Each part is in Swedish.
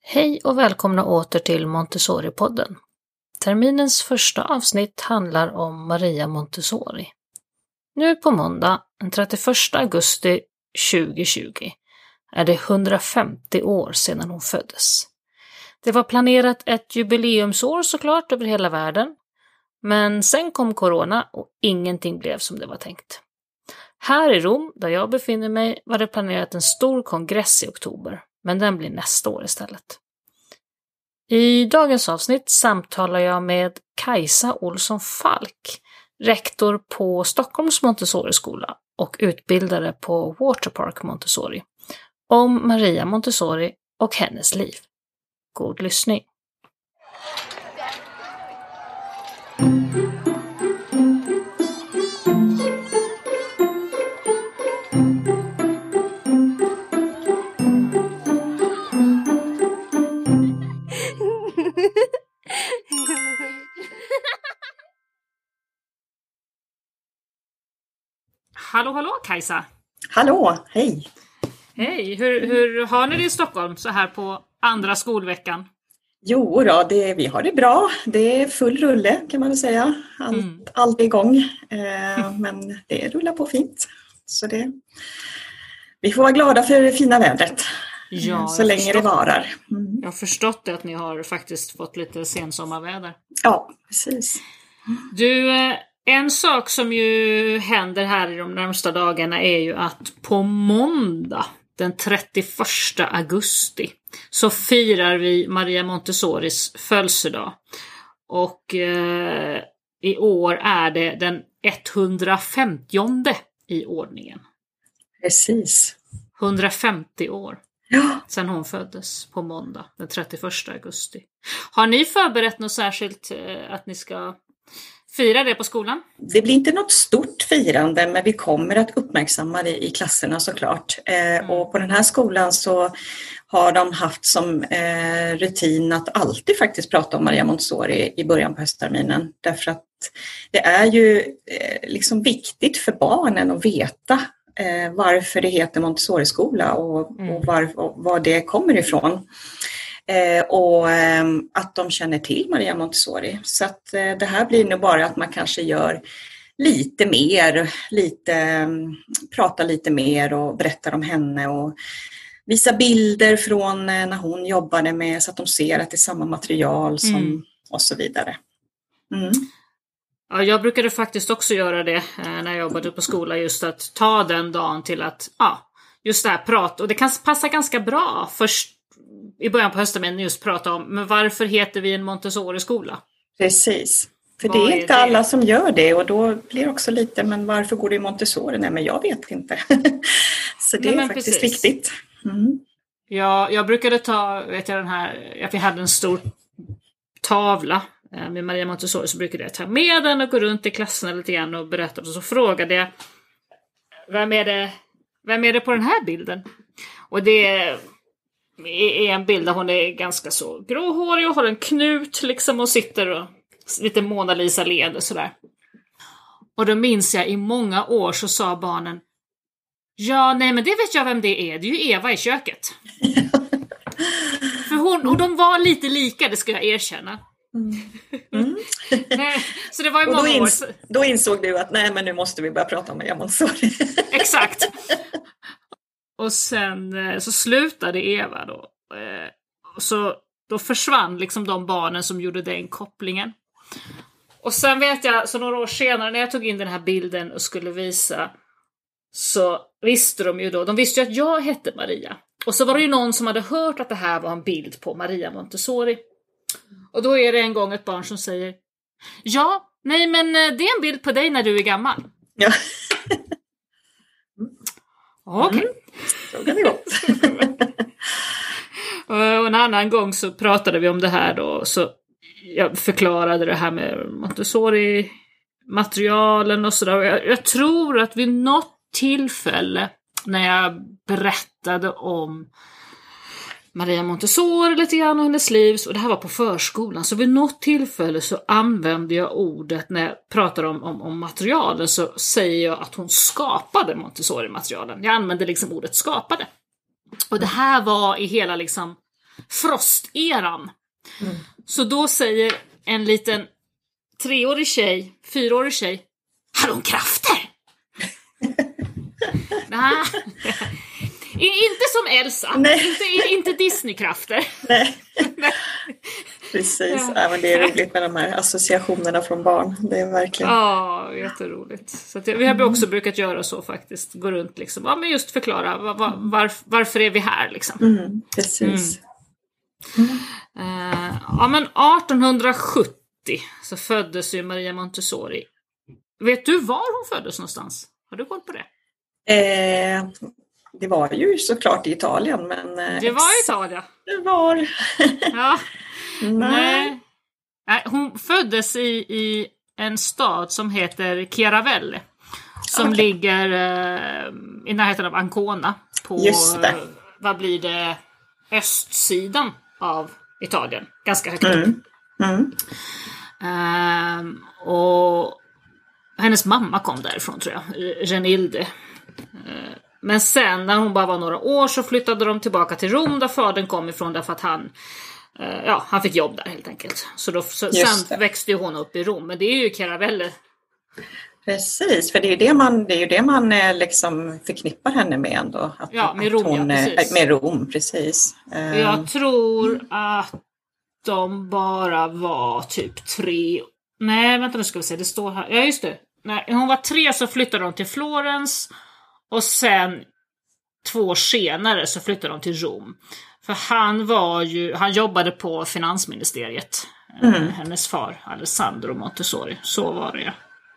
Hej och välkomna åter till Montessori-podden. Terminens första avsnitt handlar om Maria Montessori. Nu på måndag, den 31 augusti 2020, är det 150 år sedan hon föddes. Det var planerat ett jubileumsår såklart över hela världen, men sen kom corona och ingenting blev som det var tänkt. Här i Rom, där jag befinner mig, var det planerat en stor kongress i oktober, men den blir nästa år istället. I dagens avsnitt samtalar jag med Kajsa Olsson Falk, rektor på Stockholms Montessori-skola och utbildare på Waterpark Montessori, om Maria Montessori och hennes liv. God lyssning! Hallå Kajsa! Hallå, hej! Hej, hur har ni det i Stockholm så här på andra skolveckan? Jo då, vi har det bra. Det är full rulle kan man väl säga. Allt är igång. Men det rullar på fint. Så vi får vara glada för det fina vädret. Ja, så länge det varar. Jag har förstått att ni har faktiskt fått lite sensommarväder. Ja, precis. Du, en sak som ju händer här i de närmsta dagarna är ju att på måndag den 31 augusti så firar vi Maria Montessoris födelsedag. Och i år är det den 150:e i ordningen. Precis. 150 år. Ja. Sedan hon föddes på måndag den 31 augusti. Har ni förberett något särskilt att ni ska fira det på skolan? Det blir inte något stort firande, men vi kommer att uppmärksamma det i klasserna såklart. Och på den här skolan så har de haft som rutin att alltid faktiskt prata om Maria Montessori i början på höstterminen. Därför att det är ju liksom viktigt för barnen att veta varför det heter Montessori-skola och var det kommer ifrån. Och att de känner till Maria Montessori. Så att det här blir nog bara att man kanske gör lite mer, pratar lite mer och berättar om henne och visa bilder från när hon jobbade med så att de ser att det är samma material som och så vidare. Ja, jag brukade faktiskt också göra det när jag jobbade på skola, just att ta den dagen till att just det här prata, och det kan passa ganska bra först i början på höstterminen just prata om, men varför heter vi en Montessori-skola? Precis, för det är inte alla som gör det, och då blir det också lite, men varför går det i Montessori? Nej, men jag vet inte. Så det är faktiskt viktigt. Ja, jag brukade vi hade en stor tavla med Maria Montessori, så brukade jag ta med den och gå runt i klasserna lite grann och berätta, och så frågade jag, vem är det på den här bilden? Och det är en bild där hon är ganska så gråhårig och har en knut liksom och sitter och lite Mona Lisa leende sådär. Och då minns jag i många år så sa barnen, ja nej men det vet jag vem det är ju Eva i köket. För och de var lite lika, det ska jag erkänna. Så det var ju många år. Då insåg du att nej men nu måste vi börja prata om Maria Montessori. Exakt. Och sen så slutade Eva då. Så då försvann liksom de barnen som gjorde den kopplingen. Och sen vet jag, så några år senare när jag tog in den här bilden och skulle visa, så visste de ju då, de visste ju att jag hette Maria. Och så var det ju någon som hade hört att det här var en bild på Maria Montessori. Och då är det en gång ett barn som säger, ja, nej men det är en bild på dig när du är gammal. Ja. Okej. Så kan det gå. Och en annan gång så pratade vi om det här då, så jag förklarade det här med Montessori-materialen och sådär. Jag tror att vid något tillfälle när jag berättade om Maria Montessori lite grann och hennes liv, och det här var på förskolan, så vid något tillfälle så använde jag ordet, när jag pratar om materialen så säger jag att hon skapade Montessori-materialen. Jag använde liksom ordet skapade. Och det här var i hela liksom frosteran. Så då säger en liten 3-årig tjej, 4-årig tjej, har hon krafter? Nej. Inte som Elsa. Inte Disney-krafter. Nej. Precis. Ja, men det är roligt med de här associationerna från barn. Det är verkligen... Ja, jätteroligt. Så att vi har också brukat göra så faktiskt. Gå runt liksom. Ja, men just förklara varför är vi här liksom. Precis. Ja, men 1870 så föddes ju Maria Montessori. Vet du var hon föddes någonstans? Har du koll på det? Det var ju såklart i Italien, men... Det var i Italien? Det var... Ja. Nej. Hon föddes i en stad som heter Chiaravelli. Som ligger i närheten av Ancona. På, vad blir det, östsidan av Italien. Ganska högt upp. Och hennes mamma kom därifrån, tror jag. Renilde. Men sen när hon bara var några år så flyttade de tillbaka till Rom, där fadern kom ifrån, därför att han fick jobb där helt enkelt. Sen växte ju hon upp i Rom, men det är ju Chiaravelli. Precis, för det är ju det man liksom förknippar henne med ändå. Med Rom, precis. Med Rom, precis. Jag tror att de bara var typ 3. Nej, vänta nu ska vi se, det står här. Ja, just det. När hon var 3 så flyttade de till Florens. Och sen 2 år senare så flyttade de till Rom. För han jobbade på finansministeriet. Hennes far, Alessandro Montessori. Så var det, ja.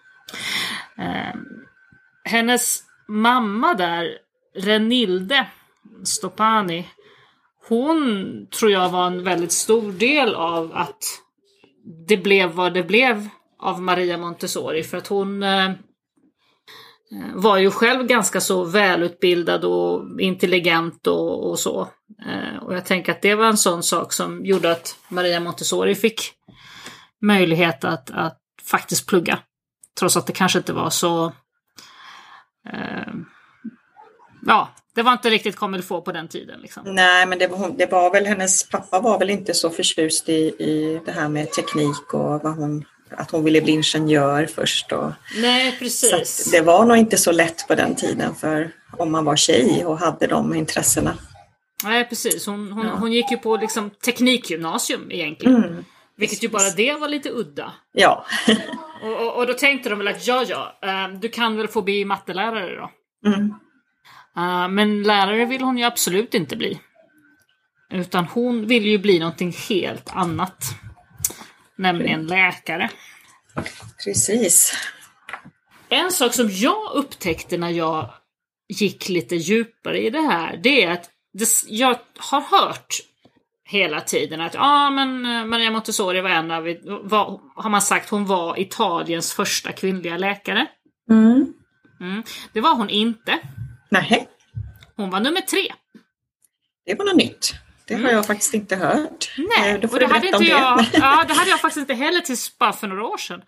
Hennes mamma där, Renilde Stoppani, hon tror jag var en väldigt stor del av att det blev vad det blev av Maria Montessori. För att hon var ju själv ganska så välutbildad och intelligent och så. Och jag tänker att det var en sån sak som gjorde att Maria Montessori fick möjlighet att faktiskt plugga. Trots att det kanske inte var så... det var inte riktigt comme il faut på den tiden. Liksom. Nej, men det var väl, hennes pappa var väl inte så förtjust i det här med teknik och att hon ville bli ingenjör först. Nej, precis. Så det var nog inte så lätt på den tiden för om man var tjej och hade de intressena. Nej, precis. Hon gick ju på liksom teknikgymnasium egentligen. Vilket ju bara det var lite udda. Ja. och då tänkte de väl att du kan väl få bli mattelärare då. Men lärare vill hon ju absolut inte bli. Utan hon vill ju bli någonting helt annat. Nämligen läkare. Precis. En sak som jag upptäckte när jag gick lite djupare i det här, det är att jag har hört hela tiden att men Maria Montessori var har man sagt, hon var Italiens första kvinnliga läkare. Det var hon inte. Nej. Hon var nummer 3. Det var något nytt. Det har jag faktiskt inte hört. Nej, och det hade inte jag. Ja, det hade jag faktiskt inte heller tills bara för några år sedan.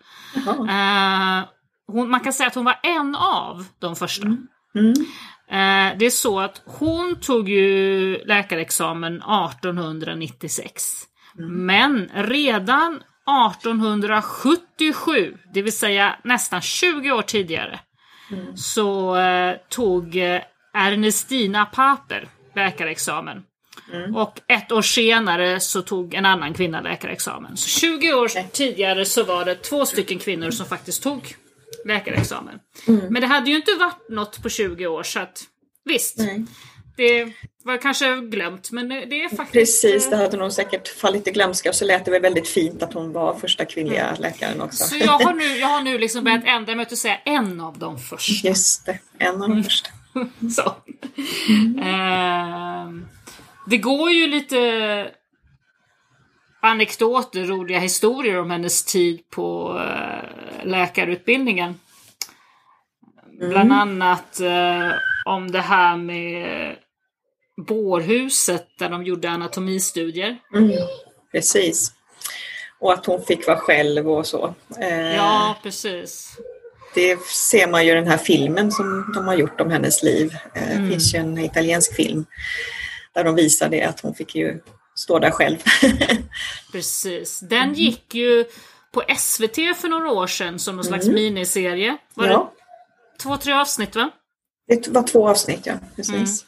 Man kan säga att hon var en av de första. Det är så att hon tog ju läkarexamen 1896. Men redan 1877, det vill säga nästan 20 år tidigare, så tog Ernestina Paper läkarexamen. Och 1 år senare så tog en annan kvinna läkarexamen. Så 20 år tidigare så var det 2 stycken kvinnor som faktiskt tog läkarexamen. Men det hade ju inte varit något på 20 år, så att visst, det var kanske glömt, men det är faktiskt... Precis, det hade nog säkert fallit i glömska, och så lät det väl väldigt fint att hon var första kvinnliga läkaren också. Så jag har nu liksom börjat ändra mig till att säga en av de första. Just det, en av de första. Så. Det går ju lite anekdoter, roliga historier om hennes tid på läkarutbildningen. Bland annat om det här med bårhuset där de gjorde anatomistudier. Precis. Och att hon fick vara själv och så. Ja, precis. Det ser man ju i den här filmen som de har gjort om hennes liv. Det finns ju en italiensk film där de visar det, att hon fick ju står där själv. Precis. Den gick ju på SVT för några år sedan som någon slags miniserie. Var det 2-3 avsnitt, va? Det var 2 avsnitt, ja. Precis.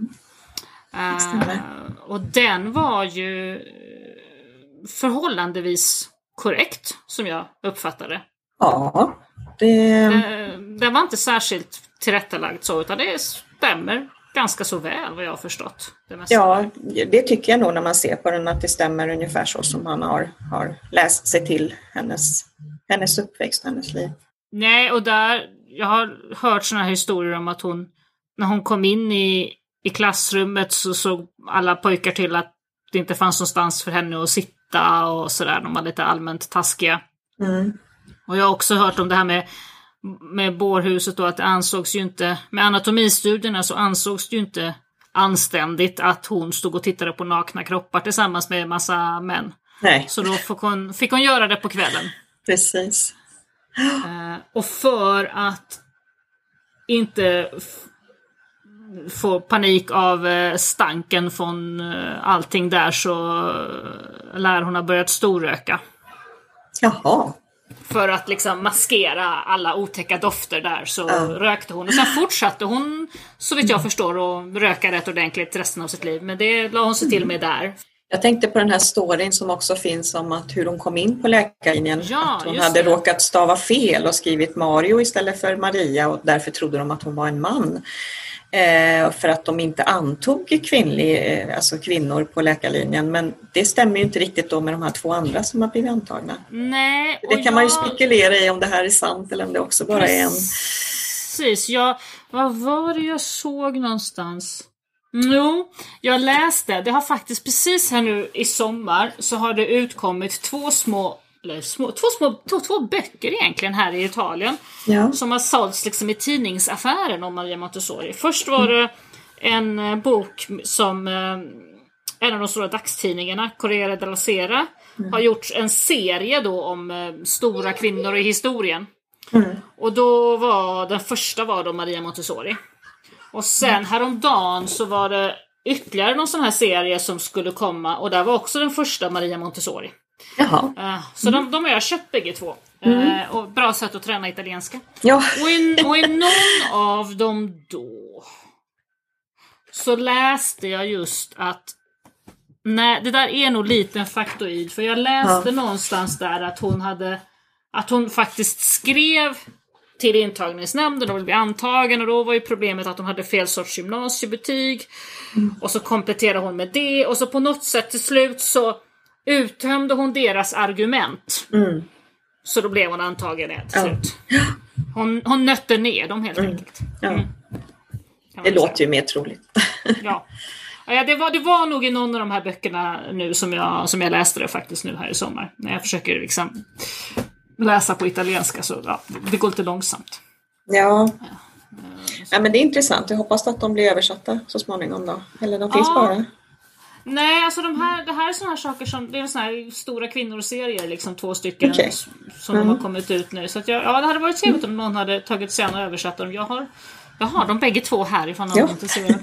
Och den var ju förhållandevis korrekt, som jag uppfattade. Ja. Den var inte särskilt tillrättalagd så, utan det stämmer ganska så väl, vad jag har förstått. Ja, det tycker jag nog när man ser på den, att det stämmer ungefär så som man har läst sig till hennes uppväxt, hennes liv. Nej, och jag har hört såna här historier om att hon, när hon kom in i klassrummet så såg alla pojkar till att det inte fanns någonstans för henne att sitta och sådär. De var lite allmänt taskiga. Och jag har också hört om det här med bårhuset då, att det ansågs ju inte, med anatomistudierna så ansågs det ju inte anständigt att hon stod och tittade på nakna kroppar tillsammans med en massa män. Nej. Så då fick hon göra det på kvällen. Precis. Och för att inte få panik av stanken från allting där, så lär hon ha börjat storröka. Jaha. För att liksom maskera alla otäcka dofter där, så rökte hon. Och sen fortsatte hon, så vitt jag förstår, och röka rätt ordentligt resten av sitt liv. Men det la hon sig till med där. Jag tänkte på den här storyn som också finns om att hur hon kom in på läkarlinjen. Ja, att hon hade råkat stava fel och skrivit Mario istället för Maria, och därför trodde de att hon var en man. För att de inte antog kvinnor på läkarlinjen. Men det stämmer ju inte riktigt då med de här 2 andra som har blivit antagna. Nej. Det kan man ju spekulera i om det här är sant eller om det också bara är en... Precis, vad var det jag såg någonstans? Jo, jag läste, det har faktiskt precis här nu i sommar så har det utkommit 2 böcker egentligen här i Italien, som har sålts liksom i tidningsaffären om Maria Montessori. Först var det en bok som en av de stora dagstidningarna, Corriere della Sera, har gjort en serie då om stora kvinnor i historien. Och då var den första var då Maria Montessori. Och sen häromdagen så var det ytterligare någon sån här serie som skulle komma, och där var också den första Maria Montessori. Jaha. Så de har jag köpt bägge 2. Och bra sätt att träna italienska. Ja. Och i någon av dem då så läste jag just att, nej, det där är nog liten faktoid, för jag läste någonstans där att hon faktiskt skrev till intagningsnämnden och ville bli antagen, och då var ju problemet att hon hade fel sorts gymnasiebetyg. Och så kompletterade hon med det, och så på något sätt till slut så uttömde hon deras argument. Så då blev hon antagen till slut. Hon nötte ner dem helt enkelt. Det låter ju mer troligt. Ja, det var nog i någon av de här böckerna nu som jag läste det faktiskt nu här i sommar. När jag försöker liksom läsa på italienska, så det går lite långsamt. Ja, men det är intressant. Jag hoppas att de blir översatta så småningom då. Eller de finns bara. Nej, alltså det här är såna här saker som, det är såna här stora kvinnoserier, liksom 2 stycken som de har kommit ut nu. Så att det hade varit trevligt om någon hade tagit sig an och översatt dem. Jag har de bägge 2 här ifrån någon intresserad.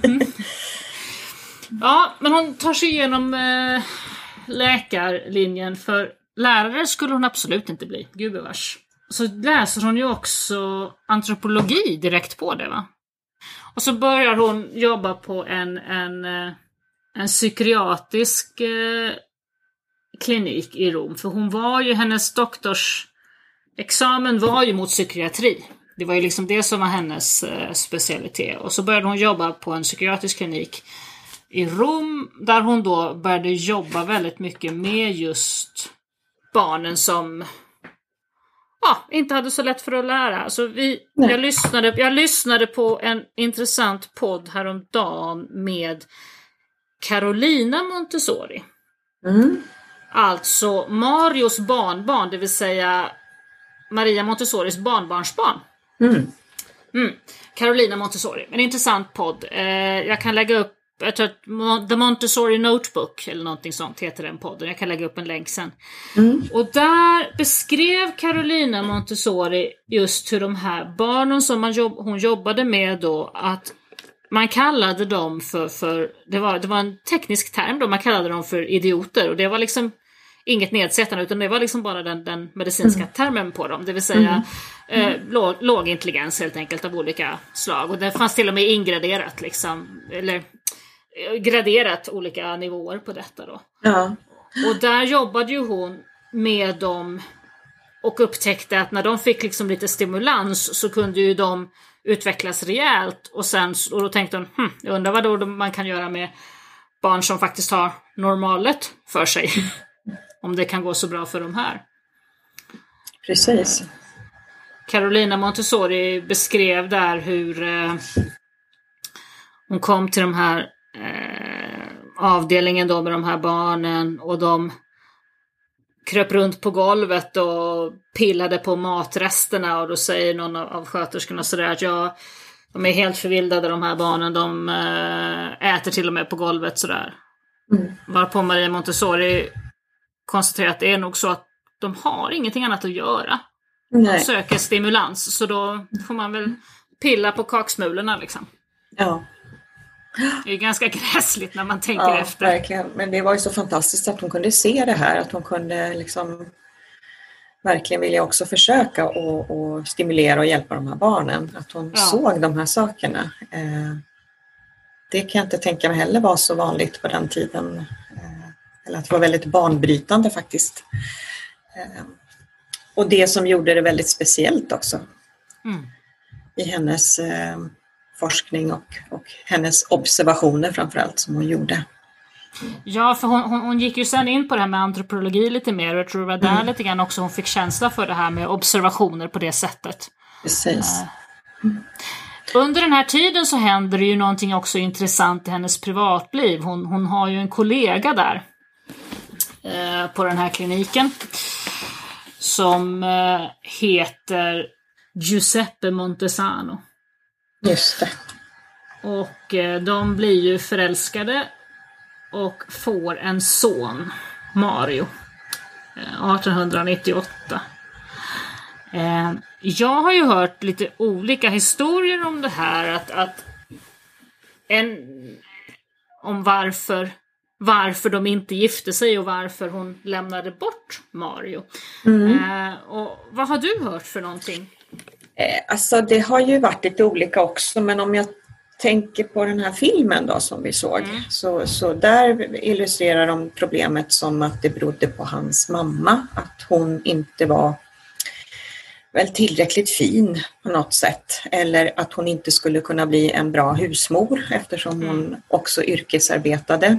Ja, men hon tar sig igenom läkarlinjen, för lärare skulle hon absolut inte bli, gubevars. Så läser hon ju också antropologi direkt på det, va? Och så börjar hon jobba på en psykiatrisk klinik i Rom. För hennes doktorsexamen var ju mot psykiatri. Det var ju liksom det som var hennes specialitet. Och så började hon jobba på en psykiatrisk klinik i Rom, där hon då började jobba väldigt mycket med just barnen som inte hade så lätt för att lära. Så jag lyssnade på en intressant podd häromdagen med Carolina Montessori. Alltså Marios barnbarn, det vill säga Maria Montessoris barnbarnsbarn. Carolina Montessori. En intressant podd. Jag kan lägga upp, jag tror att The Montessori Notebook eller någonting sånt heter den podden. Jag kan lägga upp en länk sen. Och där beskrev Carolina Montessori just hur de här barnen som hon jobbade med då, att man kallade dem för det var en teknisk term då, man kallade dem för idioter, och det var liksom inget nedsättande, utan det var liksom bara den medicinska termen på dem, det vill säga låg intelligens helt enkelt av olika slag, och det fanns till och med ingraderat liksom, eller graderat olika nivåer på detta då. Ja. Och där jobbade ju hon med dem och upptäckte att när de fick liksom lite stimulans så kunde ju de utvecklas rejält, och då tänkte hon, jag undrar vad då man kan göra med barn som faktiskt har normalet för sig. Om det kan gå så bra för de här. Precis. Carolina Montessori beskrev där hur hon kom till de här avdelningen då med de här barnen, och de kröp runt på golvet och pillade på matresterna, och då säger någon av sköterskorna sådär att de är helt förvildade, de här barnen, de äter till och med på golvet sådär. Varpå Maria Montessori konstaterar att det är nog så att de har ingenting annat att göra. Nej. De söker stimulans, så då får man väl pilla på kaksmulorna liksom. Ja. Det är ganska gräsligt när man tänker efter. Ja, verkligen. Men det var ju så fantastiskt att hon kunde se det här. Att hon kunde liksom verkligen vilja också försöka och stimulera och hjälpa de här barnen. Att hon såg de här sakerna. Det kan jag inte tänka mig heller var så vanligt på den tiden. Eller att det var väldigt banbrytande faktiskt. Och det som gjorde det väldigt speciellt också. I hennes forskning och hennes observationer framförallt som hon gjorde. Ja, för hon gick ju sen in på det här med antropologi lite mer, och jag tror det var där lite grann också hon fick känsla för det här med observationer på det sättet. Precis. Under den här tiden så händer det ju någonting också intressant i hennes privatliv. Hon har ju en kollega där på den här kliniken som heter Giuseppe Montesano. Just det. Och de blir ju förälskade och får en son, Mario, 1898. Jag har ju hört lite olika historier om det här, om varför de inte gifte sig och varför hon lämnade bort Mario. Och vad har du hört för någonting? Alltså det har ju varit lite olika också, men om jag tänker på den här filmen då som vi såg, så där illustrerar de problemet som att det berodde på hans mamma, att hon inte var väl tillräckligt fin på något sätt, eller att hon inte skulle kunna bli en bra husmor eftersom hon också yrkesarbetade.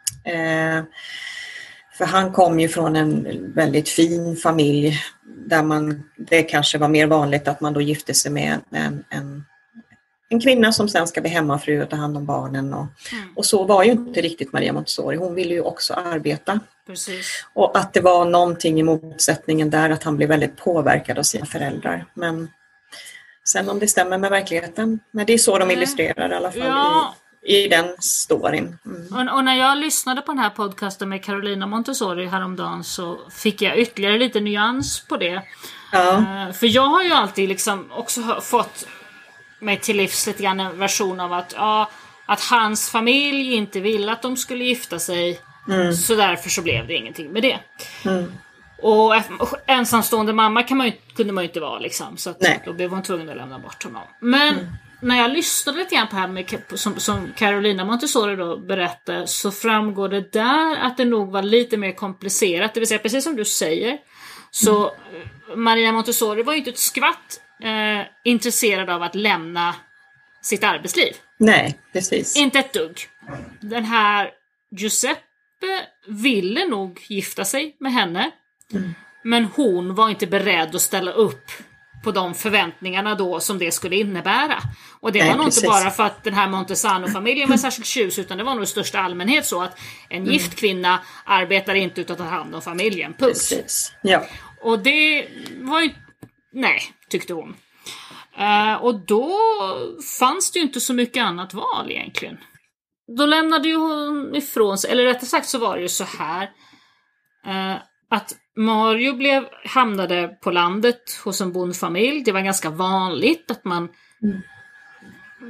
För han kom ju från en väldigt fin familj där det kanske var mer vanligt att man då gifte sig med en kvinna som sen ska bli hemmafru och ta hand om barnen. Och så var ju inte riktigt Maria Montessori. Hon ville ju också arbeta. Precis. Och att det var någonting i motsättningen där, att han blev väldigt påverkad av sina föräldrar. Men sen om det stämmer med verkligheten, men det är så de illustrerar i alla fall i den storyn. Och när jag lyssnade på den här podcasten med Carolina Montessori häromdagen så fick jag ytterligare lite nyans på det. För jag har ju alltid liksom också fått mig till livs lite grann en version av att hans familj inte ville att de skulle gifta sig, så därför så blev det ingenting med det. Och ensamstående mamma kunde man ju inte vara liksom, så att då blev hon tvungen att lämna bort honom. Men när jag lyssnade lite grann på det här som Carolina Montessori då berättade, så framgår det där att det nog var lite mer komplicerat. Det vill säga, precis som du säger, så Maria Montessori var ju inte ett skvatt intresserad av att lämna sitt arbetsliv. Nej, precis. Inte ett dugg. Den här Giuseppe ville nog gifta sig med henne, men hon var inte beredd att ställa upp på de förväntningarna då som det skulle innebära. Och det var nog inte bara för att den här Montesano-familjen var särskilt tjus, utan det var nog i största allmänhet så att en gift kvinna arbetar inte utan att ta hand om familjen. Punkt. Precis. Ja. Och det var ju... Nej, tyckte hon. Och då fanns det ju inte så mycket annat val egentligen. Då lämnade ju hon ifrån sig, eller rättare sagt så var det ju så här, att Mario hamnade på landet hos en bondfamilj. Det var ganska vanligt att man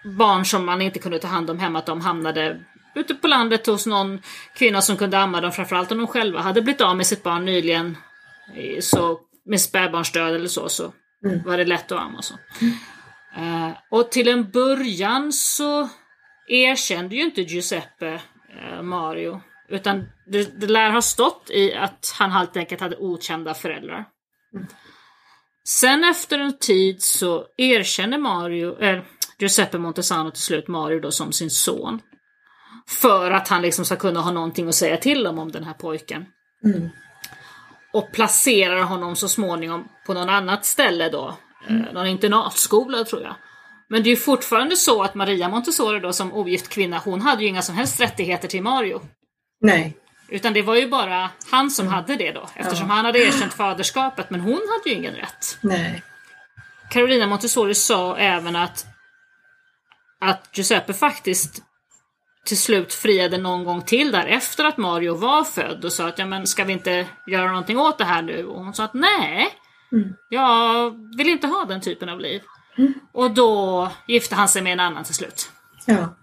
barn som man inte kunde ta hand om hemma, att de hamnade ute på landet hos någon kvinna som kunde amma dem, framförallt om de själva hade blivit av med sitt barn nyligen, så med spädbarnsdöd eller så var det lätt att amma och så. Och till en början så erkände ju inte Giuseppe Mario, utan det lär ha stått i att han helt enkelt hade okända föräldrar. Sen efter en tid så erkänner Giuseppe Montesano till slut Mario då som sin son, för att han liksom ska kunna ha någonting att säga till om den här pojken. Och placerar honom så småningom på någon annat ställe då, någon internatskola tror jag. Men det är ju fortfarande så att Maria Montessori då, som ogift kvinna, hon hade ju inga som helst rättigheter till Mario. Nej. Utan det var ju bara han som hade det då, eftersom han hade erkänt faderskapet, men hon hade ju ingen rätt. Nej. Carolina Montessori sa även att Giuseppe faktiskt till slut friade någon gång till där efter att Mario var född och sa att men ska vi inte göra någonting åt det här nu? Och hon sa att nej, jag vill inte ha den typen av liv. Och då gifte han sig med en annan till slut. Ja.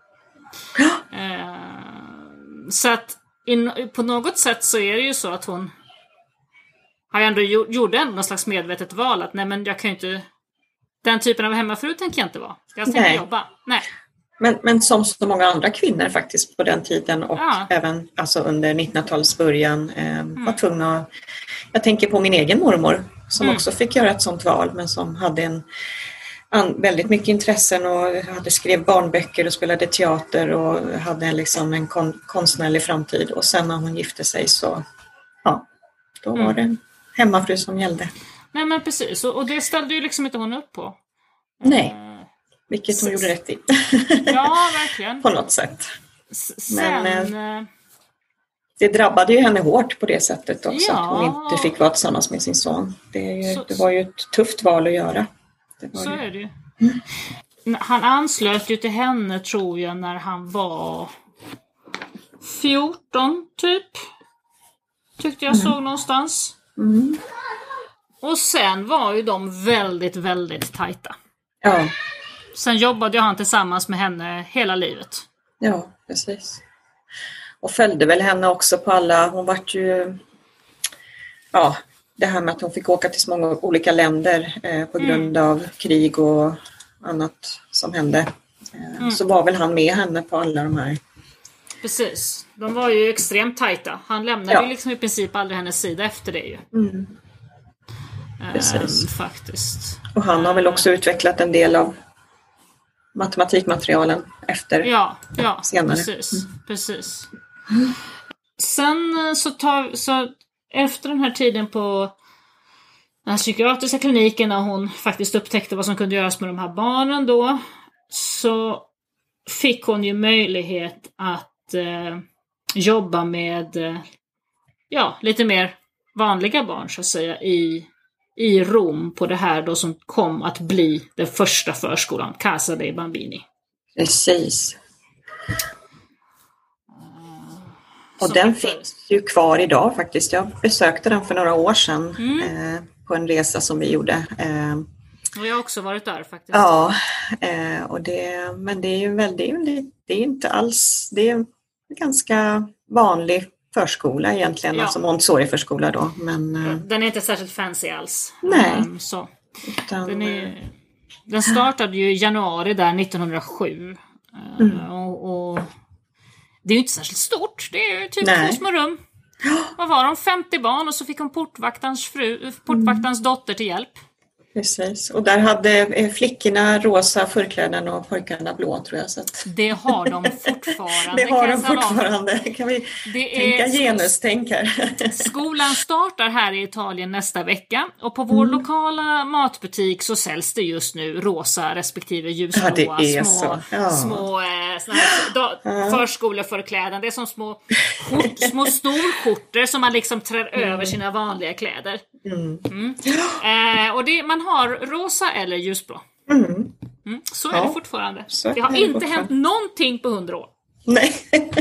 Så att på något sätt så är det ju så att hon har ändå gjorde någon slags medvetet val att nej, men jag kan ju inte, den typen av hemmafru tänker jag inte vara. Jag ska inte jobba. Nej. Men som så många andra kvinnor faktiskt på den tiden och även alltså under 1900-talets början var tvungna. Jag tänker på min egen mormor som också fick göra ett sånt val, men som hade väldigt mycket intressen och hade skrev barnböcker och spelade teater och hade liksom en konstnärlig framtid. Och sen när hon gifte sig så då var det hemmafru som gällde. Nej, men precis, och det ställde ju liksom inte hon upp på. Nej. Vilket hon gjorde rätt i. Ja, verkligen. På något sätt. Men det drabbade ju henne hårt på det sättet också. Att hon inte fick vara tillsammans med sin son. Det var ju ett tufft val att göra. Så är det ju. Han anslöt ju till henne, tror jag, när han var 14 typ. Tyckte jag såg någonstans. Och sen var ju de väldigt, väldigt tajta. Ja. Sen jobbade han tillsammans med henne hela livet. Ja, precis. Och följde väl henne också på alla, hon vart ju, det här med att hon fick åka till så många olika länder på grund av krig och annat som hände. Så var väl han med henne på alla de här. Precis, de var ju extremt tajta. Han lämnade ju liksom i princip aldrig hennes sida efter det ju. Precis. Faktiskt. Och han har väl också utvecklat en del av matematikmaterialen efter senare. Precis. Sen så efter den här tiden på den här psykiatriska kliniken, när hon faktiskt upptäckte vad som kunde göras med de här barnen då, så fick hon ju möjlighet att jobba med lite mer vanliga barn så att säga i Rom på det här då som kom att bli den första förskolan, Casa dei Bambini. Precis. Och den finns ju kvar idag faktiskt. Jag besökte den för några år sedan på en resa som vi gjorde. Och jag har också varit där faktiskt. Ja, men det är ju det är inte alls, det är en ganska vanlig förskola egentligen, alltså Montessori-förskola då. Men, den är inte särskilt fancy alls. Nej. Den startade ju i januari där 1907. Och det är ju inte särskilt stort. Det är ju typ 2 små rum. Vad var de? 50 barn och så fick hon portvaktarens dotter till hjälp. Precis, och där hade flickorna rosa förkläden och pojkarna blå, tror jag. Så att... Det har de fortfarande. Det har de fortfarande. Kan vi tänka genustänk här? Skolan startar här i Italien nästa vecka. Och på vår lokala matbutik så säljs det just nu rosa respektive ljusblåa små förskoleförkläden. Det är som små stolskjortor som man liksom trär över sina vanliga kläder. Och man har rosa eller ljusblå. Så är det fortfarande. Det har inte hänt någonting på 100 år. Nej.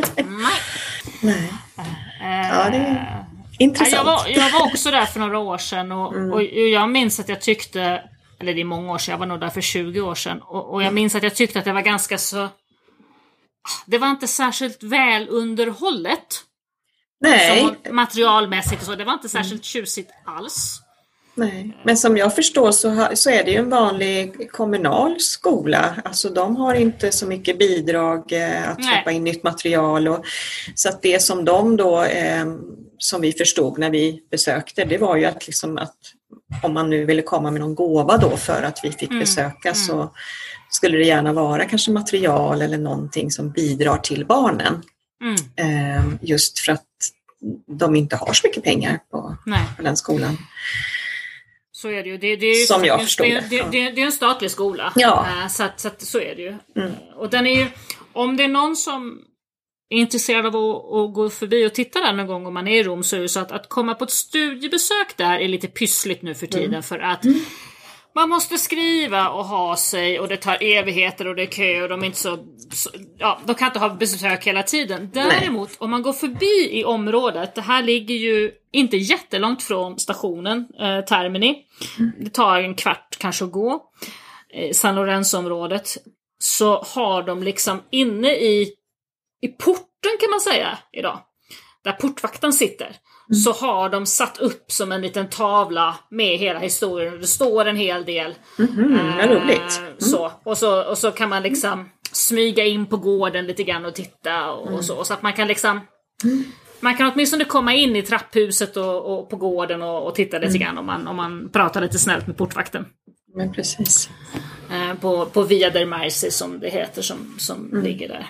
Ja, det är intressant. Jag var också där för några år sedan och jag minns att jag tyckte eller det är många år sedan, jag var nog där för 20 år sedan. Och jag minns att jag tyckte att det var ganska så, det var inte särskilt väl underhållet. Nej. Som materialmässigt och så, det var inte särskilt tjusigt alls. Nej, men som jag förstår så är det ju en vanlig kommunal skola. Alltså de har inte så mycket bidrag att köpa in nytt material. Så att det som de då, som vi förstod när vi besökte, det var ju att, liksom att om man nu ville komma med någon gåva då för att vi fick besöka så skulle det gärna vara kanske material eller någonting som bidrar till barnen. Just för att de inte har så mycket pengar på den skolan. Så är det ju. Det är som jag förstår det är en statlig skola. Ja. Så att så är det ju. Och den är ju, om det är någon som är intresserad av att gå förbi och titta där någon gång om man är i Rom, så är det så att komma på ett studiebesök där är lite pyssligt nu för tiden för att man måste skriva och ha sig och det tar evigheter och det är kö och de är inte så de kan inte ha besök hela tiden. Däremot om man går förbi i området, det här ligger ju inte jättelångt från stationen Termini. Det tar en kvart kanske att gå. San Lorenzo-området, så har de liksom inne i porten kan man säga idag, där portvakten sitter. Så har de satt upp som en liten tavla med hela historien. Det står en hel del. Roligt. Så. Och så kan man liksom smyga in på gården lite grann och titta och så. Så att man kan liksom man kan åtminstone komma in i trapphuset och på gården och titta lite grann om man pratar lite snällt med portvakten. Men precis. På Via del Marsi som det heter som ligger där.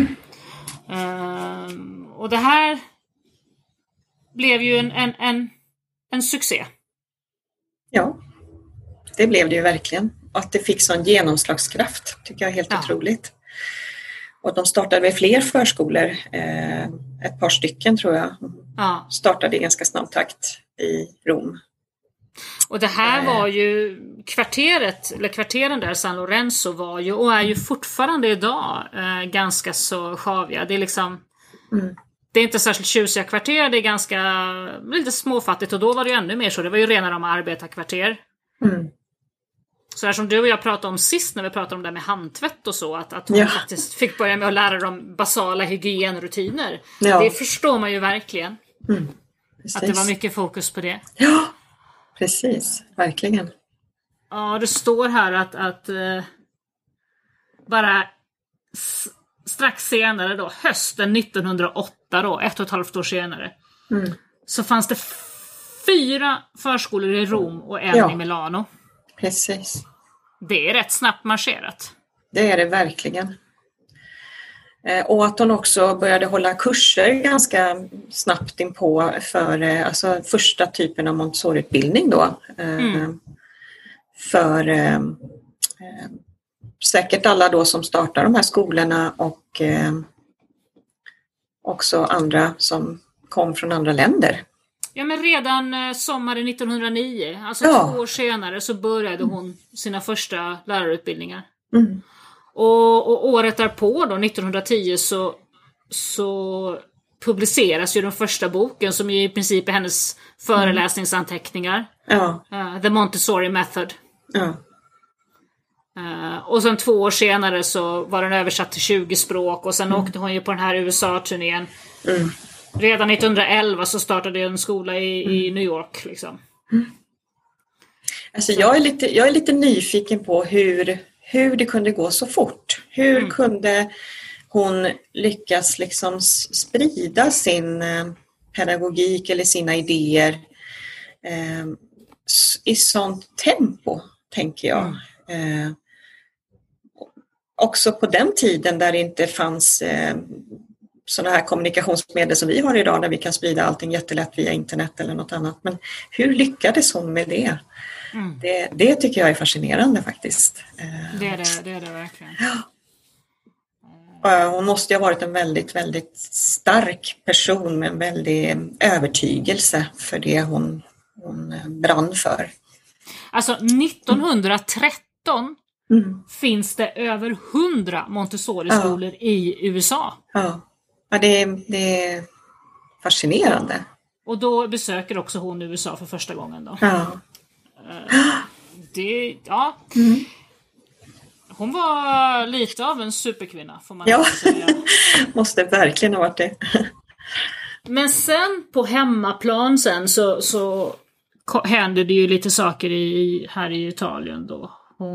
Och det här blev ju en succé. Ja, det blev det ju verkligen. Och att det fick sån genomslagskraft tycker jag är helt otroligt. Och de startade med fler förskolor, ett par stycken tror jag. Startade i ganska snabb takt i Rom. Och det här var ju kvarteren där, San Lorenzo var ju och är ju fortfarande idag ganska så sjaviga. Det är liksom det är inte särskilt tjusiga kvarter, det är ganska lite småfattigt och då var det ju ännu mer så. Det var ju rena de arbetarkvarter. Så här som du och jag pratade om sist när vi pratade om det med handtvätt och så, att hon faktiskt fick börja med att lära dem basala hygienrutiner. Det förstår man ju verkligen. Att det var mycket fokus på det. Ja, precis. Verkligen. Ja, det står här att bara strax senare då, hösten 1908 då, 1,5 år senare, så fanns det 4 förskolor i Rom och en i Milano. Precis. Det är rätt snabbt marscherat. Det är det verkligen. Och att hon också började hålla kurser ganska snabbt inpå för alltså första typen av Montessori-utbildning då. För säkert alla då som startar de här skolorna och också andra som kom från andra länder. Ja, men redan sommaren 1909, alltså 2 år senare, så började hon sina första lärarutbildningar. Och året därpå då, 1910, så publiceras ju den första boken som i princip är hennes föreläsningsanteckningar. The Montessori Method. Och sen 2 år senare så var den översatt till 20 språk och sen åkte hon ju på den här USA-turnén. Redan 1911 så startade en skola i New York liksom. Alltså jag är lite nyfiken på hur det kunde gå så fort. Hur kunde hon lyckas liksom sprida sin pedagogik eller sina idéer i sånt tempo, tänker jag. Också på den tiden där det inte fanns sådana här kommunikationsmedel som vi har idag, där vi kan sprida allting jättelätt via internet eller något annat. Men hur lyckades hon med det? Det tycker jag är fascinerande faktiskt. Det är det verkligen. Hon måste ju ha varit en väldigt, väldigt stark person med en väldig övertygelse för det hon brann för. Alltså 1913 finns det över 100 Montessori-skolor i USA. Ja, det är fascinerande. Och då besöker också hon USA för första gången då. Ja. Hon var lite av en superkvinna, får man säga. Måste verkligen ha varit det. Men sen på hemmaplan så händer det ju lite saker här i Italien då.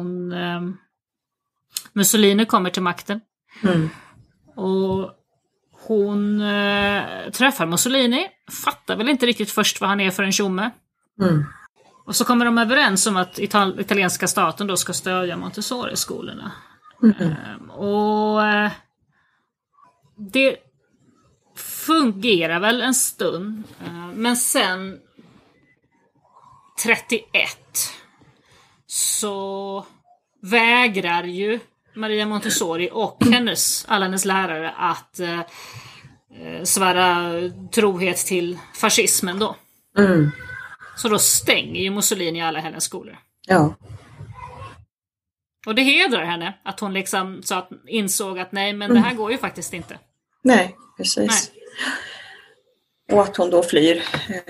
Mussolini kommer till makten. Och hon träffar Mussolini. Fattar väl inte riktigt först vad han är för en tjomme. Och så kommer de överens om att italienska staten då ska stödja Montessori-skolorna. Och det fungerar väl en stund. Men sen 31 så vägrar ju Maria Montessori och alla hennes lärare att svära trohet till fascismen då. Så då stänger ju Mussolini alla hennes skolor. Ja. Och det hedrar henne att hon liksom insåg att nej, men det här går ju faktiskt inte. Nej, precis. Nej. Och att hon då flyr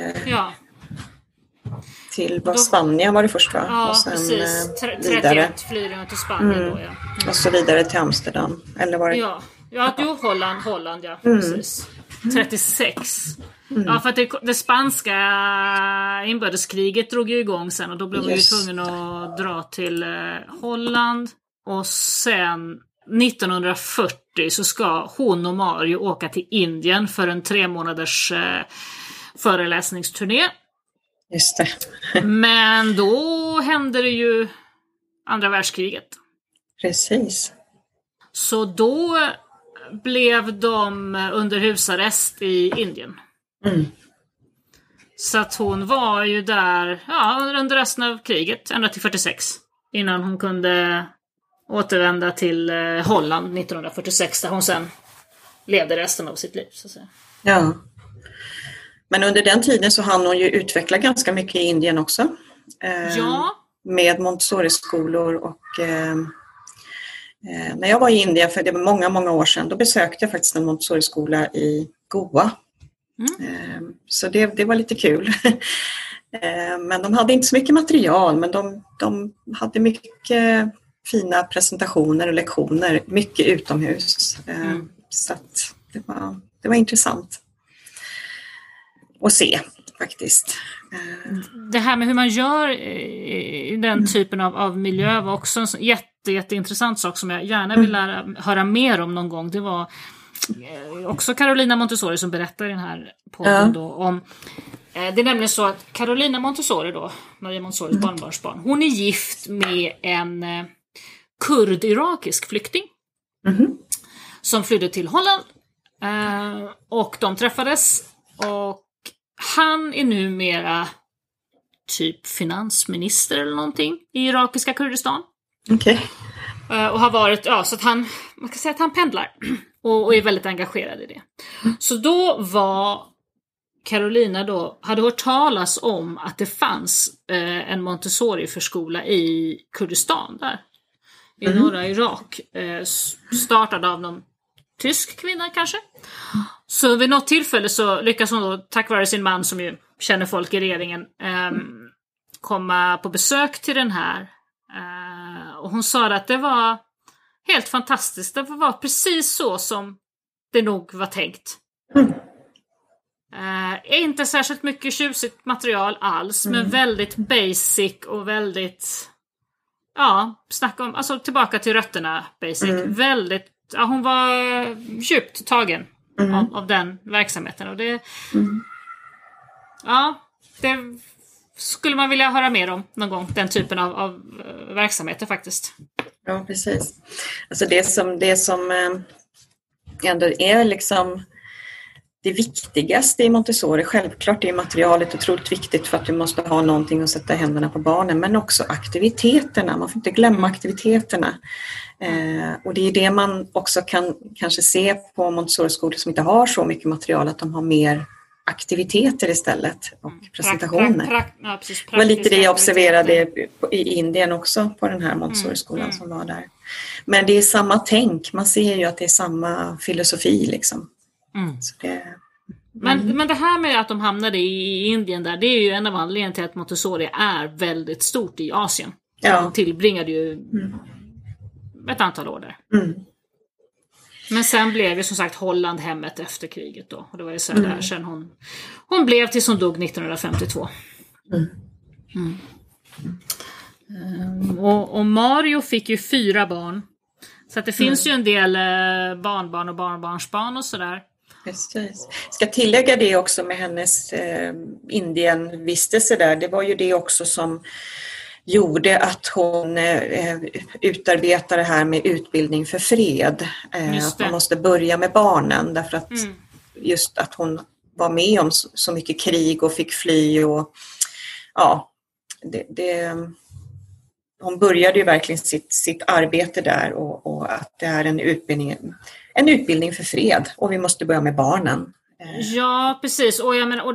till Spanien var det först, va? Ja, och sen, precis. 31 flyr hon till Spanien då, ja. Och så vidare till Amsterdam. Eller var det? Ja, Holland, ja. Precis. 36. Ja, för att det spanska inbördeskriget drog ju igång sen och då blev hon ju tvungen att dra till Holland. Och sen 1940 så ska hon och Mario åka till Indien för en 3 månaders föreläsningsturné. Just det. Men då hände det ju andra världskriget. Precis. Så då blev de under husarrest i Indien. Så att hon var ju där under resten av kriget, ända till 46. Innan hon kunde återvända till Holland 1946, där hon sen levde resten av sitt liv, så att säga. Ja. Men under den tiden så hann hon ju utveckla ganska mycket i Indien också. Med Montessori-skolor och när jag var i Indien för det var många år sedan, då besökte jag faktiskt en Montessori-skola i Goa. Så det var lite kul. Men de hade inte så mycket material, men de hade mycket fina presentationer och lektioner, mycket utomhus. Så att det var intressant att se faktiskt. Det här med hur man gör i den typen av miljö var också en jätteintressant sak som jag gärna vill höra mer om någon gång. Det var också Carolina Montessori som berättar i den här podden då om. Det är nämligen så att Carolina Montessori då, Maria Montessoris barnbarnsbarn, hon är gift med en kurd-irakisk flykting som flydde till Holland och de träffades och han är numera typ finansminister eller någonting i irakiska Kurdistan. Okej. Och har varit, så att man kan säga att han pendlar och är väldigt engagerad i det. Så då var Carolina då, hade hört talas om att det fanns en Montessori-förskola i Kurdistan där. I norra Irak. Startad av någon tysk kvinna kanske. Så vid något tillfälle så lyckas hon då, tack vare sin man som ju känner folk i regeringen, komma på besök till den här. Och hon sa att det var helt fantastiskt. Det var precis så som det nog var tänkt. Inte särskilt mycket tjusigt material alls, men väldigt basic och väldigt snacka om, alltså tillbaka till rötterna basic. Väldigt, hon var djupt tagen av den verksamheten och det det skulle man vilja höra mer om någon gång, den typen av verksamheter faktiskt. Ja, precis. Alltså det som ändå är liksom det viktigaste i Montessori, självklart är materialet otroligt viktigt för att du måste ha någonting att sätta händerna på barnen, men också aktiviteterna, man får inte glömma aktiviteterna. Och det är det man också kan kanske se på Montessori-skolor som inte har så mycket material, att de har mer aktiviteter istället och presentationer. Det var lite det jag observerade i Indien också på den här Montessori-skolan som var där. Men det är samma tänk, man ser ju att det är samma filosofi liksom. Så men det här med att de hamnade i Indien där, det är ju en av anledningarna till att Montessori är väldigt stort i Asien. Hon tillbringade ju ett antal år där. Men sen blev ju som sagt Holland hemmet efter kriget då. Och det var ju så där sen hon blev tills hon dog 1952. Och Mario fick ju 4 barn. Så att det finns ju en del barnbarn och barnbarnsbarn och sådär. Precis. Ska tillägga det också med hennes Indienvistelse där. Det var ju det också som gjorde att hon utarbetade det här med utbildning för fred. Att man måste börja med barnen därför att just att hon var med om så mycket krig och fick fly och hon började ju verkligen sitt arbete där och att det är en utbildning för fred och vi måste börja med barnen. Ja, precis. Och jag menar,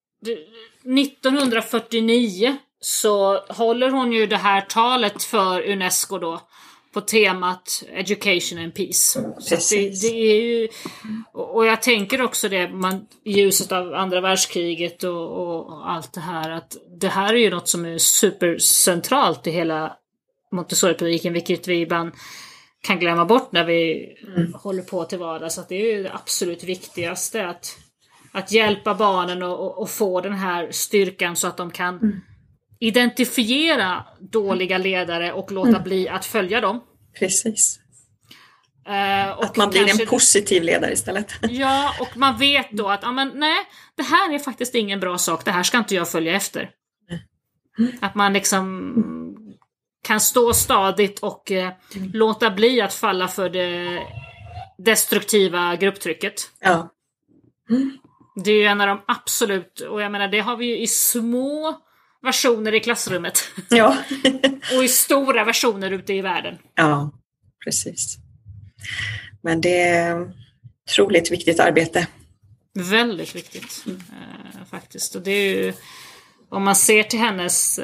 1949 så håller hon ju det här talet för UNESCO då på temat Education and Peace. Så det är ju, och jag tänker också det i ljuset av andra världskriget och allt det här, att det här är ju något som är supercentralt i hela Montessori-pedagogiken, vilket vi ibland kan glömma bort när vi håller på till vardags. Att det är ju det absolut viktigaste, att hjälpa barnen och få den här styrkan så att de kan identifiera dåliga ledare och låta bli att följa dem. Precis. Och att man blir en positiv ledare istället. Ja, och man vet då att nej, det här är faktiskt ingen bra sak. Det här ska inte jag följa efter. Att man liksom kan stå stadigt och låta bli att falla för det destruktiva grupptrycket. Ja. Det är ju en av de absolut, och jag menar det har vi ju i små versioner i klassrummet. Ja. Och i stora versioner ute i världen. Ja, precis. Men det är otroligt viktigt arbete. Väldigt viktigt faktiskt. Och det är ju, om man ser till hennes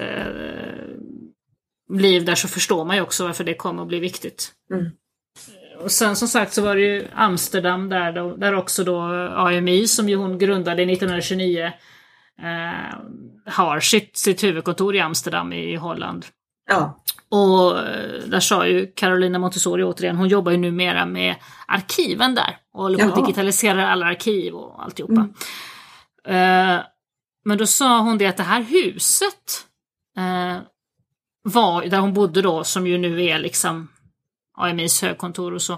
liv där så förstår man ju också varför det kommer att bli viktigt. Och sen som sagt så var det ju Amsterdam där också då AMI som ju hon grundade 1929 har sitt huvudkontor i Amsterdam i Holland. Ja. Och där sa ju Carolina Montessori återigen, hon jobbar ju numera med arkiven där och håller på att digitalisera alla arkiv och alltihopa. Men då sa hon det att det här huset var där hon bodde då, som ju nu är liksom AMIs högkontor och så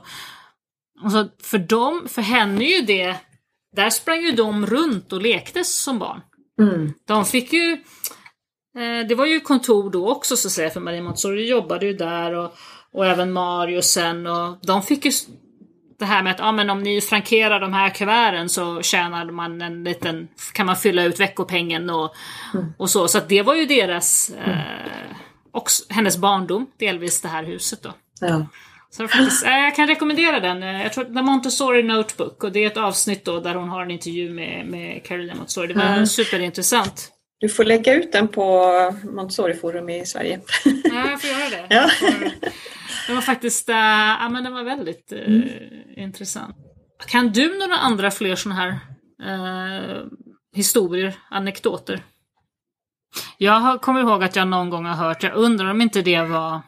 för henne är ju det, där sprang ju de runt och lektes som barn. De fick ju det var ju kontor då också så att säga, för Maria Montessori jobbade ju där och även Mario sen, och de fick ju det här med att men om ni frankerar de här kuverten så tjänar man en liten, kan man fylla ut veckopengen och så att det var ju deras och hennes barndom delvis det här huset då. Ja. Så faktiskt, jag kan rekommendera den. Jag tror The Montessori Notebook, och det är ett avsnitt då där hon har en intervju med Carolina Montessori. Det var superintressant. Du får lägga ut den på Montessori-forum i Sverige. Ja, jag får göra det. Ja. Det var faktiskt, men det var väldigt intressant. Kan du några andra fler sådana här historier, anekdoter? Jag kommer ihåg att jag någon gång har hört, jag undrar om inte det var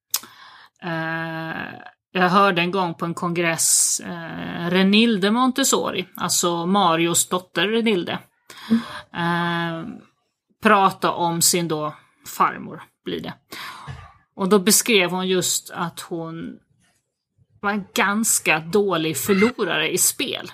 jag hörde en gång på en kongress Renilde Montessori, alltså Marios dotter Renilde, prata om sin då farmor blir det. Och då beskrev hon just att hon var en ganska dålig förlorare i spel.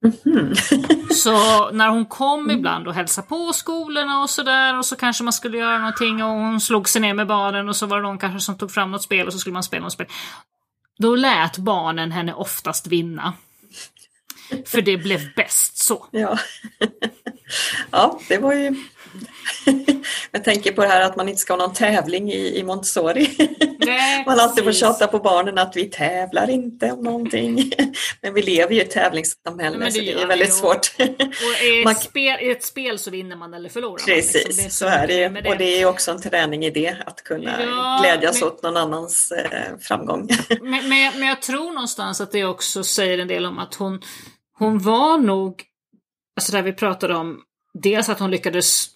Så när hon kom ibland och hälsade på skolorna och sådär, och så kanske man skulle göra någonting och hon slog sig ner med barnen och så var det någon kanske som tog fram något spel och så skulle man spela något spel. Då lät barnen henne oftast vinna. För det blev bäst så. Ja, ja, det var ju... Jag tänker på det här att man inte ska ha någon tävling i Montessori. Nej, man alltid får tjata på barnen att vi tävlar inte om någonting. Men vi lever ju i ett tävlingssamhälle, så det är väldigt svårt. Och i ett spel så vinner man eller förlorar. Precis, man, liksom. Så är det. Och det är också en träning i det, att kunna glädjas åt någon annans framgång. Men jag tror någonstans att det också säger en del om att hon var nog, alltså där vi pratade om, dels att hon lyckades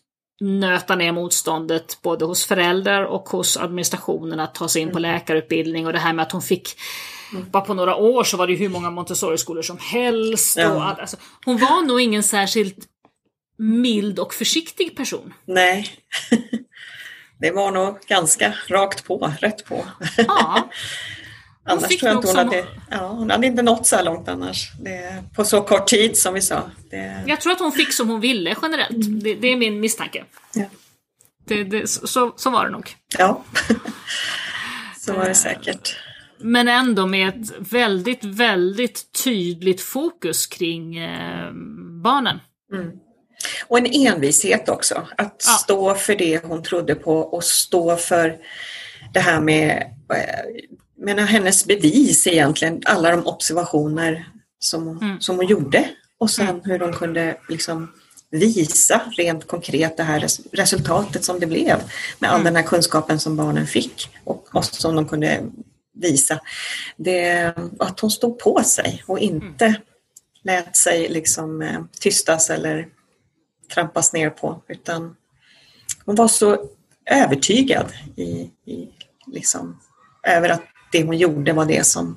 nöta ner motståndet både hos föräldrar och hos administrationen att ta sig in på läkarutbildning, och det här med att hon fick bara på några år så var det ju hur många Montessori-skolor som helst. Ja. Och alltså, hon var nog ingen särskilt mild och försiktig person. Nej, det var nog ganska rakt på, rätt på. Ja. Annars tror jag inte hon hade inte nått så här långt annars. På så kort tid som vi sa. Jag tror att hon fick som hon ville generellt. Det är min misstanke. Ja. Så var det nog. Ja, så var det säkert. Men ändå med ett väldigt, väldigt tydligt fokus kring barnen. Mm. Och en envishet också. Att stå för det hon trodde på och stå för det här med hennes bevis egentligen. Alla de observationer som hon gjorde. Och sen hur de kunde liksom visa rent konkret det här resultatet som det blev. Med all den här kunskapen som barnen fick. Och som de kunde visa. Det att hon stod på sig och inte lät sig liksom tystas eller trampas ner på, utan hon var så övertygad liksom, över att det hon gjorde var det som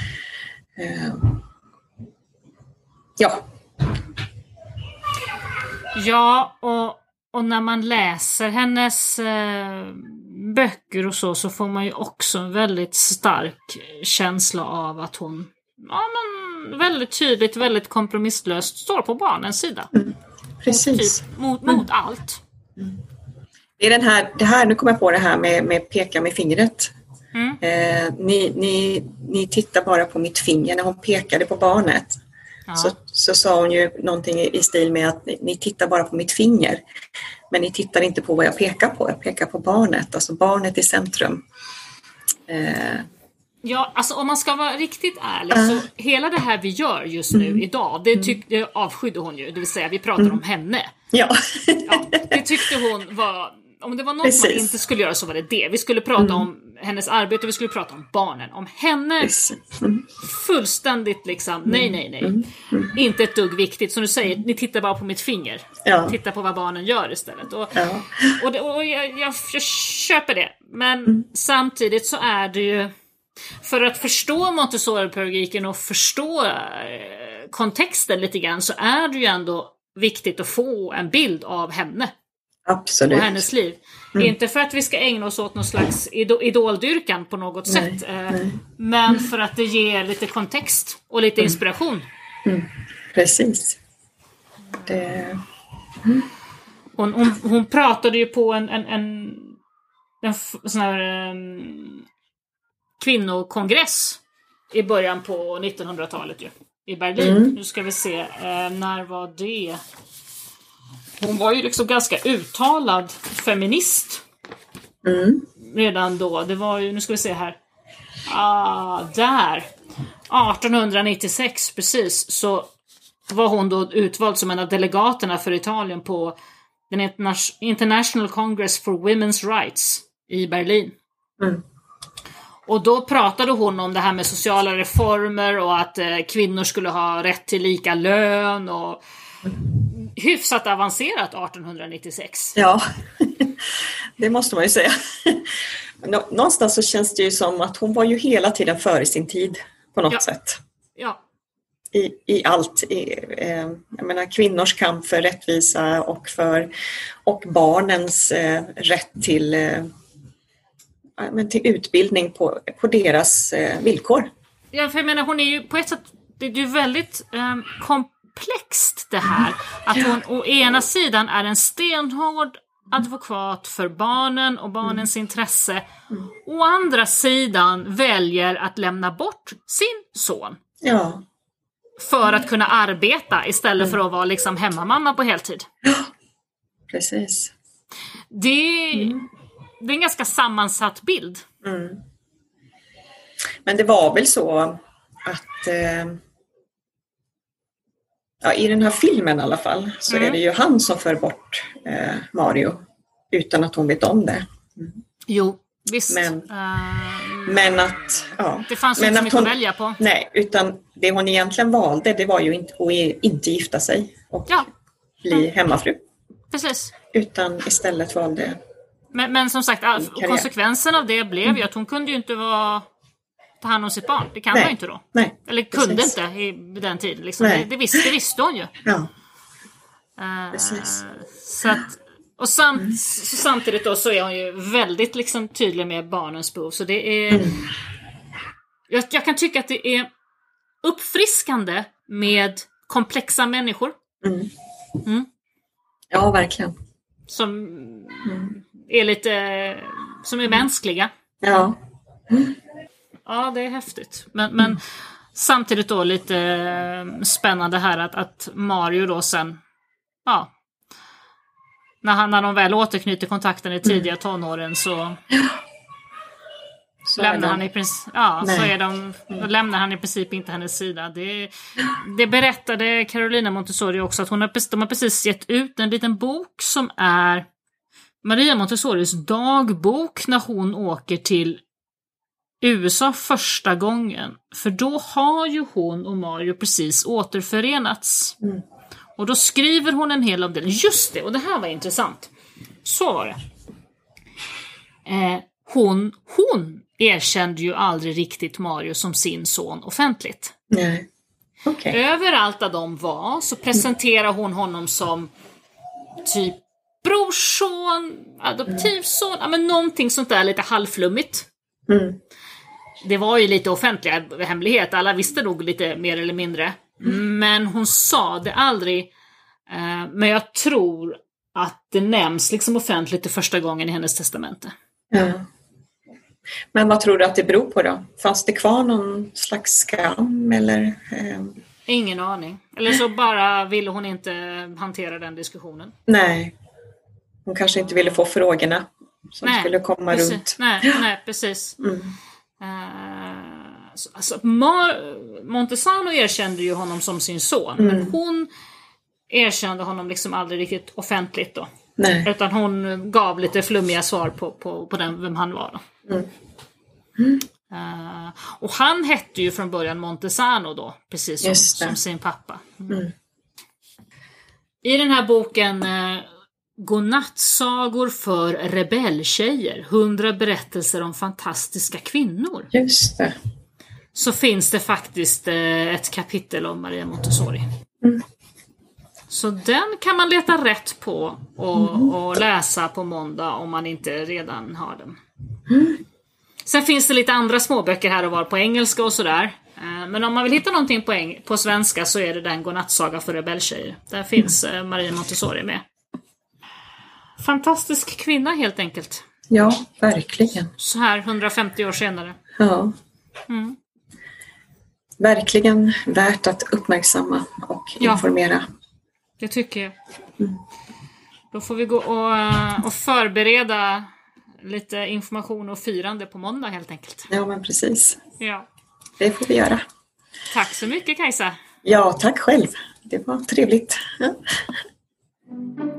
Ja, och när man läser hennes böcker och så får man ju också en väldigt stark känsla av att hon väldigt tydligt, väldigt kompromisslöst står på barnens sida. Precis. Mot allt. Det är det här, nu kommer jag på det här med peka med fingret. Ni tittar bara på mitt finger. När hon pekade på barnet så sa hon ju någonting i stil med att ni tittar bara på mitt finger. Men ni tittar inte på vad jag pekar på. Jag pekar på barnet. Alltså barnet i centrum. Ja, alltså om man ska vara riktigt ärlig så hela det här vi gör just nu idag, det avskydde hon ju, det vill säga vi pratar om henne. Ja. Det tyckte hon var, om det var något man inte skulle göra så var det. Vi skulle prata om hennes arbete, vi skulle prata om barnen. Om henne fullständigt liksom, nej. Inte ett dugg viktigt. Som du säger, ni tittar bara på mitt finger. Ja. Titta på vad barnen gör istället. Och jag köper det. Men samtidigt så är det ju, för att förstå Montessori-pedagogiken och förstå kontexten lite grann, så är det ju ändå viktigt att få en bild av henne. Absolut. Och hennes liv. Inte för att vi ska ägna oss åt någon slags idoldyrkan på något sätt. Men för att det ger lite kontext och lite inspiration. Precis. Hon pratade ju på en sån här kvinnokongress i början på 1900-talet ju, i Berlin. Nu ska vi se, när var det? Hon var ju liksom ganska uttalad feminist redan då. Det var ju, nu ska vi se här. Där. 1896, precis. Så var hon då utvald som en av delegaterna för Italien på den International Congress for Women's Rights i Berlin. Och då pratade hon om det här med sociala reformer och att kvinnor skulle ha rätt till lika lön och hyfsat avancerat 1896. Ja, det måste man ju säga. Någonstans så känns det ju som att hon var ju hela tiden före sin tid på något sätt. Ja. I allt. Jag menar, kvinnors kamp för rättvisa och barnens rätt till utbildning på deras villkor. Ja, för jag menar, hon är ju på ett sätt, det är ju väldigt komplext det här. Att hon å ena sidan är en stenhård advokat för barnen och barnens intresse. Å andra sidan väljer att lämna bort sin son. Ja. För att kunna arbeta istället för att vara liksom hemmamamma på heltid. Ja, precis. Det är en ganska sammansatt bild. Men det var väl så att i den här filmen i alla fall så är det ju han som för bort Mario utan att hon vet om det. Jo, visst. Men att det fanns inte så mycket att välja på. Nej, utan det hon egentligen valde, det var ju inte att inte gifta sig och bli hemmafru. precis. Utan istället valde... Men som sagt, konsekvensen av det blev ju att hon kunde ju inte ta hand om sitt barn. Det kan man ju inte då. Nej, eller kunde inte i den tiden. Liksom. Det visste hon ju. Ja. Precis. Så att, och samtidigt då så är hon ju väldigt liksom tydlig med barnens behov. Så det är... Jag kan tycka att det är uppfriskande med komplexa människor. Ja, verkligen. Som är lite... Som är mänskliga. Ja. Ja, det är häftigt. Men samtidigt då lite spännande här att Mario då sen... Ja. När de väl återknyter kontakten i tidiga tonåren så lämnar han i princip lämnar han i princip inte hennes sida. Det berättade Carolina Montessori också, att de har precis gett ut en liten bok som är Maria Montessoris dagbok när hon åker till USA första gången. För då har ju hon och Mario precis återförenats. Och då skriver hon en hel del. Just det, och det här var intressant. Så var det. Hon erkände ju aldrig riktigt Mario som sin son offentligt. Nej. Okay. Överallt där de var så presenterar hon honom som typ brorson, adoptivson, men någonting sånt där lite halvflummigt. Det var ju lite offentliga hemlighet. Alla visste nog lite mer eller mindre. Men hon sa det aldrig. Men jag tror att det nämns liksom offentligt för första gången i hennes testamente. Ja. Men vad tror du att det beror på då? Fanns det kvar någon slags skam eller? Ingen aning. Eller så bara ville hon inte hantera den diskussionen. Nej. Hon kanske inte ville få frågorna som skulle komma runt. Nej, precis. Alltså, Montesano erkände ju honom som sin son. Men hon erkände honom liksom aldrig riktigt offentligt då. Nej. Utan hon gav lite flummiga svar på vem han var då. Och han hette ju från början Montesano då. Precis som sin pappa. I den här boken Godnattsagor för rebelltjejer, 100 berättelser om fantastiska kvinnor. Just det. Så finns det faktiskt ett kapitel om Maria Montessori. Så den kan man leta rätt på och läsa på måndag om man inte redan har den. Sen finns det lite andra småböcker här och var på engelska och sådär. Men om man vill hitta någonting på svenska så är det den Godnattsaga för rebelltjejer. Där finns Maria Montessori med. Fantastisk kvinna helt enkelt. Ja, verkligen. Så här 150 år senare. Ja. Verkligen värt att uppmärksamma och informera. Det tycker jag. Då får vi gå och förbereda lite information och firande på måndag helt enkelt. Ja, men precis. Ja. Det får vi göra. Tack så mycket, Kajsa. Ja, tack själv. Det var trevligt. Ja.